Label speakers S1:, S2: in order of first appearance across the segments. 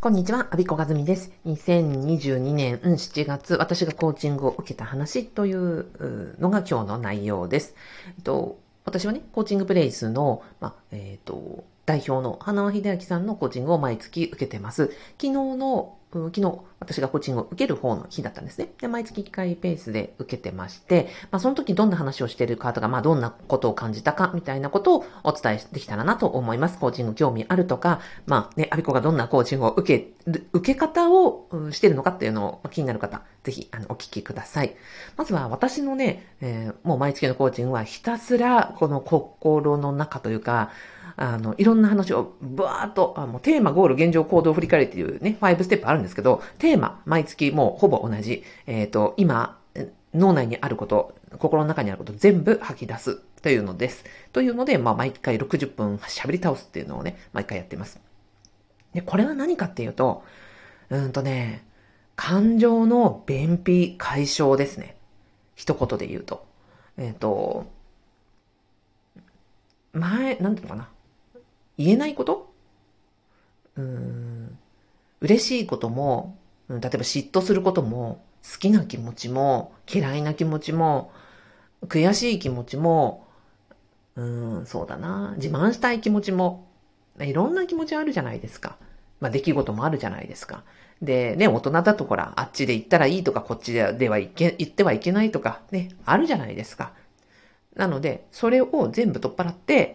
S1: こんにちは、阿比子和美です。2022年7月、私がコーチングを受けた話というのが今日の内容です。私はね、コーチングプレイスの、代表の花輪秀明さんのコーチングを毎月受けてます。昨日、私がコーチングを受ける方の日だったんですね。で、毎月1回ペースで受けてまして、その時どんな話をしているかとか、どんなことを感じたかみたいなことをお伝えできたらなと思います。コーチング興味あるとか、アビコがどんなコーチングを受け方をしているのかっていうのを気になる方、ぜひお聞きください。まずは私のね、もう毎月のコーチングはひたすらこの心の中というか、いろんな話をブワーっと、テーマ、ゴール、現状、行動を振り返るっていうね、5ステップあるんですけど、テーマ、毎月もうほぼ同じ。今、脳内にあること、心の中にあること全部吐き出すというのです。というので、毎回60分喋り倒すっていうのをね、毎回やってます。で、これは何かっていうと、感情の便秘解消ですね。一言で言うと。なんていうのかな。言えないこと？嬉しいことも、例えば嫉妬することも、好きな気持ちも、嫌いな気持ちも、悔しい気持ちも、そうだな、自慢したい気持ちも、いろんな気持ちあるじゃないですか。出来事もあるじゃないですか。で、ね、大人だとほら、あっちで言ったらいいとか、こっちでは言ってはいけないとか、ね、あるじゃないですか。なので、それを全部取っ払って、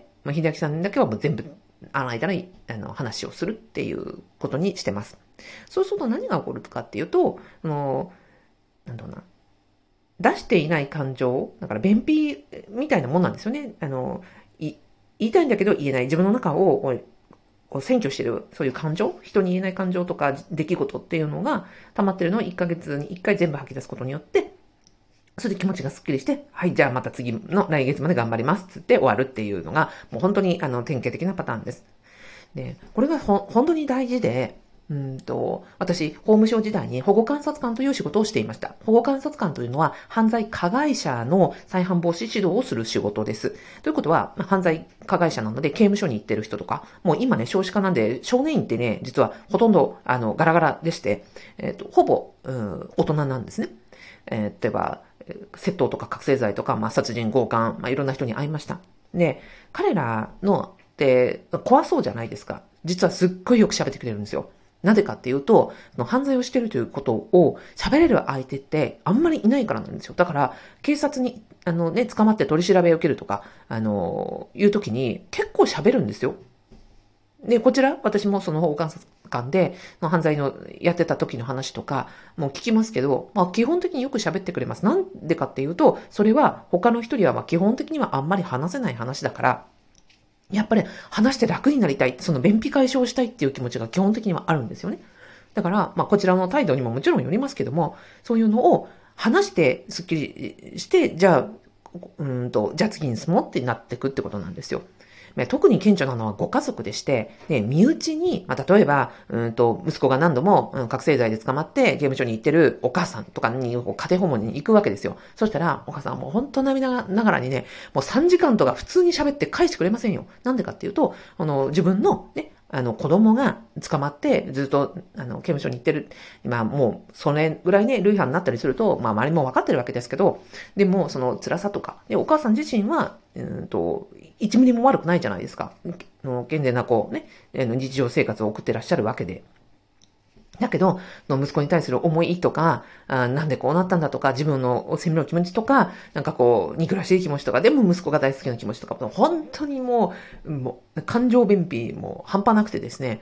S1: 秀明さんだけはもう全部、間に、話をするっていうことにしてます。そうすると何が起こるかっていうと、なんだろうな、出していない感情、だから便秘みたいなもんなんですよね。言いたいんだけど言えない。自分の中をこう占拠している、そういう感情、人に言えない感情とか出来事っていうのが溜まってるのを1ヶ月に1回全部吐き出すことによって、それで気持ちがスッキリして、はい、じゃあまた次の来月まで頑張りますつって終わるっていうのが、もう本当に典型的なパターンです。で、これが本当に大事で、私、法務省時代に保護観察官という仕事をしていました。保護観察官というのは、犯罪加害者の再犯防止指導をする仕事です。ということは、犯罪加害者なので、刑務所に行ってる人とか、もう今ね、少子化なんで、少年院ってね、実はほとんど、ガラガラでして、ほぼ、大人なんですね。例えば、窃盗とか覚醒剤とか、殺人、強姦、いろんな人に会いました。で、彼らのって怖そうじゃないですか。実はすっごいよく喋ってくれるんですよ。なぜかっていうと、犯罪をしているということを喋れる相手ってあんまりいないからなんですよ。だから、警察に、捕まって取り調べを受けるとか、いう時に結構喋るんですよ。で、こちら、私もその保護観察官で、犯罪のやってた時の話とか、もう聞きますけど、基本的によく喋ってくれます。なんでかっていうと、それは他の人には基本的にはあんまり話せない話だから、やっぱり話して楽になりたい、その便秘解消したいっていう気持ちが基本的にはあるんですよね。だから、こちらの態度にももちろんよりますけども、そういうのを話してスッキリして、じゃあ次に進もうってなっていくってことなんですよ。特に顕著なのはご家族でして、ね、身内に、例えば、息子が何度も、覚醒剤で捕まって刑務所に行ってるお母さんとかに、家庭訪問に行くわけですよ。そしたら、お母さんはもう本当涙ながらにね、もう3時間とか普通に喋って返してくれませんよ。なんでかっていうと、自分のね、子供が捕まってずっと、刑務所に行ってる。もう、それぐらいね、類犯になったりすると、周りも分かってるわけですけど、でも、その辛さとか、で、お母さん自身は、1ミリも悪くないじゃないですか。健全な日常生活を送ってらっしゃるわけで。だけど、息子に対する思いとか、なんでこうなったんだとか、自分の責めの気持ちとか、憎らしい気持ちとか、でも息子が大好きな気持ちとか、本当にもう感情便秘も半端なくてですね、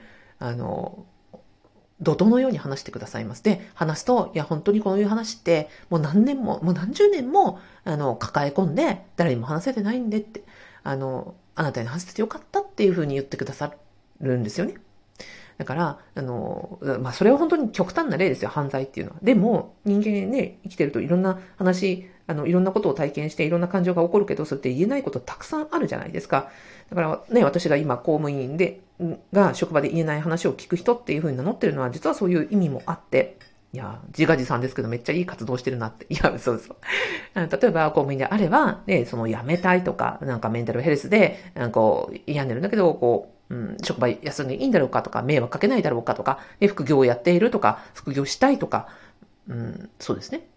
S1: 怒涛のように話してくださいます。で、話すと、いや、本当にこういう話って、もう何年も、もう何十年も、抱え込んで、誰にも話せてないんでって、あなたに話せてよかったっていうふうに言ってくださるんですよね。だから、それは本当に極端な例ですよ、犯罪っていうのは。でも、人間ね、生きてるといろんな話、いろんなことを体験していろんな感情が起こるけど、それって言えないことたくさんあるじゃないですか。だからね、私が今公務員が職場で言えない話を聞く人っていう風に名乗ってるのは、実はそういう意味もあって、いや、自画自賛ですけどめっちゃいい活動してるなって。いや、そうそう。例えば公務員であれば、ね、その辞めたいとか、メンタルヘルスで、病んでるんだけど、 職場休んでいいんだろうかとか、迷惑かけないだろうかとか、副業をやっているとか、副業したいとか、そうですね。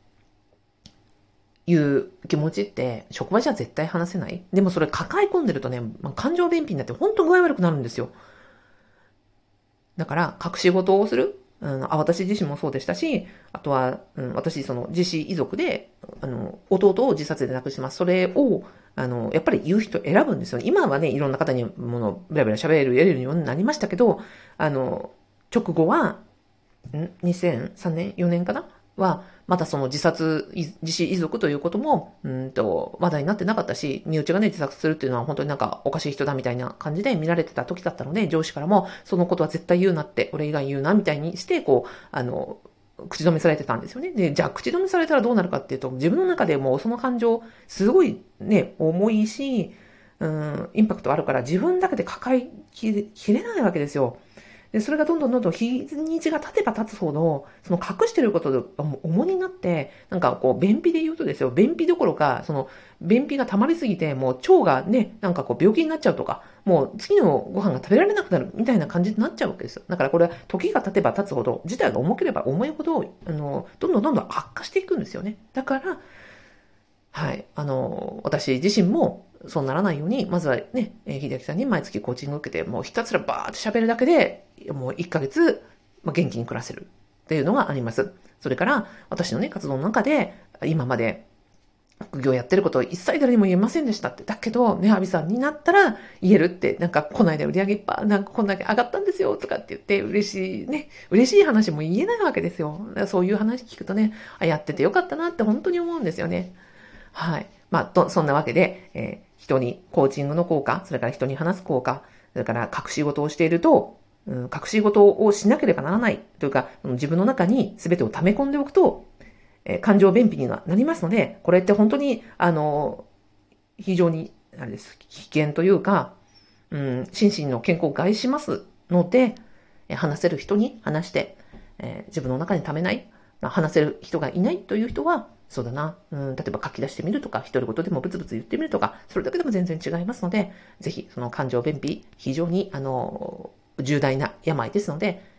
S1: いう気持ちって職場じゃ絶対話せない。でもそれ抱え込んでるとね、感情便秘になって本当具合悪くなるんですよ。だから隠し事をする。私自身もそうでしたし、あとは、私自死遺族で、弟を自殺で亡くします。それを、やっぱり言う人選ぶんですよね。今はね、いろんな方にブラブラ喋れるようになりましたけど、直後は、2003年 ?4 年かなは、まだその自死遺族ということも、話題になってなかったし、身内がね、自殺するっていうのは本当になんかおかしい人だみたいな感じで見られてた時だったので、上司からも、そのことは絶対言うなって、俺以外言うな、みたいにして、口止めされてたんですよね。で、じゃあ口止めされたらどうなるかっていうと、自分の中でもうその感情、すごいね、重いし、インパクトあるから自分だけで抱えきれないわけですよ。で、それがどんどん日にちが経てば経つほど、その隠してることが重になって、なんか便秘で言うとですよ、便秘どころか、便秘が溜まりすぎて、もう腸がね、なんか病気になっちゃうとか、もう次のご飯が食べられなくなるみたいな感じになっちゃうわけですよ。だからこれは時が経てば経つほど、事態が重ければ重いほど、どんどん悪化していくんですよね。だから、はい、私自身も、そうならないように、まずはね、秀明さんに毎月コーチングを受けて、もうひたすらバーって喋るだけで、もう1ヶ月、元気に暮らせるっていうのがあります。それから、私のね、活動の中で、今まで、副業やってることを一切誰にも言えませんでしたって。だけど、ね、アビさんになったら言えるって、なんか、この間売り上げいっぱい、なんかこんだけ上がったんですよ、とかって言って、嬉しい話も言えないわけですよ。そういう話聞くとね、やっててよかったなって本当に思うんですよね。はい。そんなわけで、人にコーチングの効果、それから人に話す効果、それから隠し事をしていると、隠し事をしなければならないというか、自分の中に全てを溜め込んでおくと、感情便秘にはなりますので、これって本当に、非常に、あれです、危険というか、心身の健康を害しますので、話せる人に話して、自分の中に溜めない、話せる人がいないという人は、そうだな、例えば書き出してみるとか、独り言でもブツブツ言ってみるとか、それだけでも全然違いますので、ぜひその感情便秘、非常に重大な病ですので、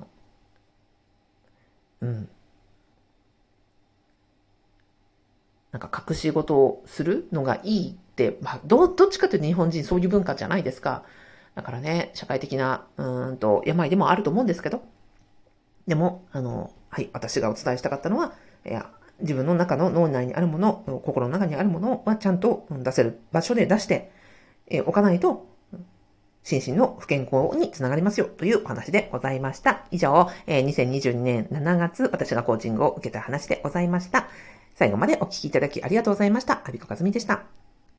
S1: なんか隠し事をするのがいいって、どっちかというと日本人そういう文化じゃないですか。だからね、社会的な、病でもあると思うんですけど、でも、はい、私がお伝えしたかったのは、自分の中の脳内にあるもの、心の中にあるものはちゃんと出せる場所で出しておかないと、心身の不健康につながりますよというお話でございました。以上、2022年7月、私がコーチングを受けた話でございました。最後までお聞きいただきありがとうございました。アビコカズミでした。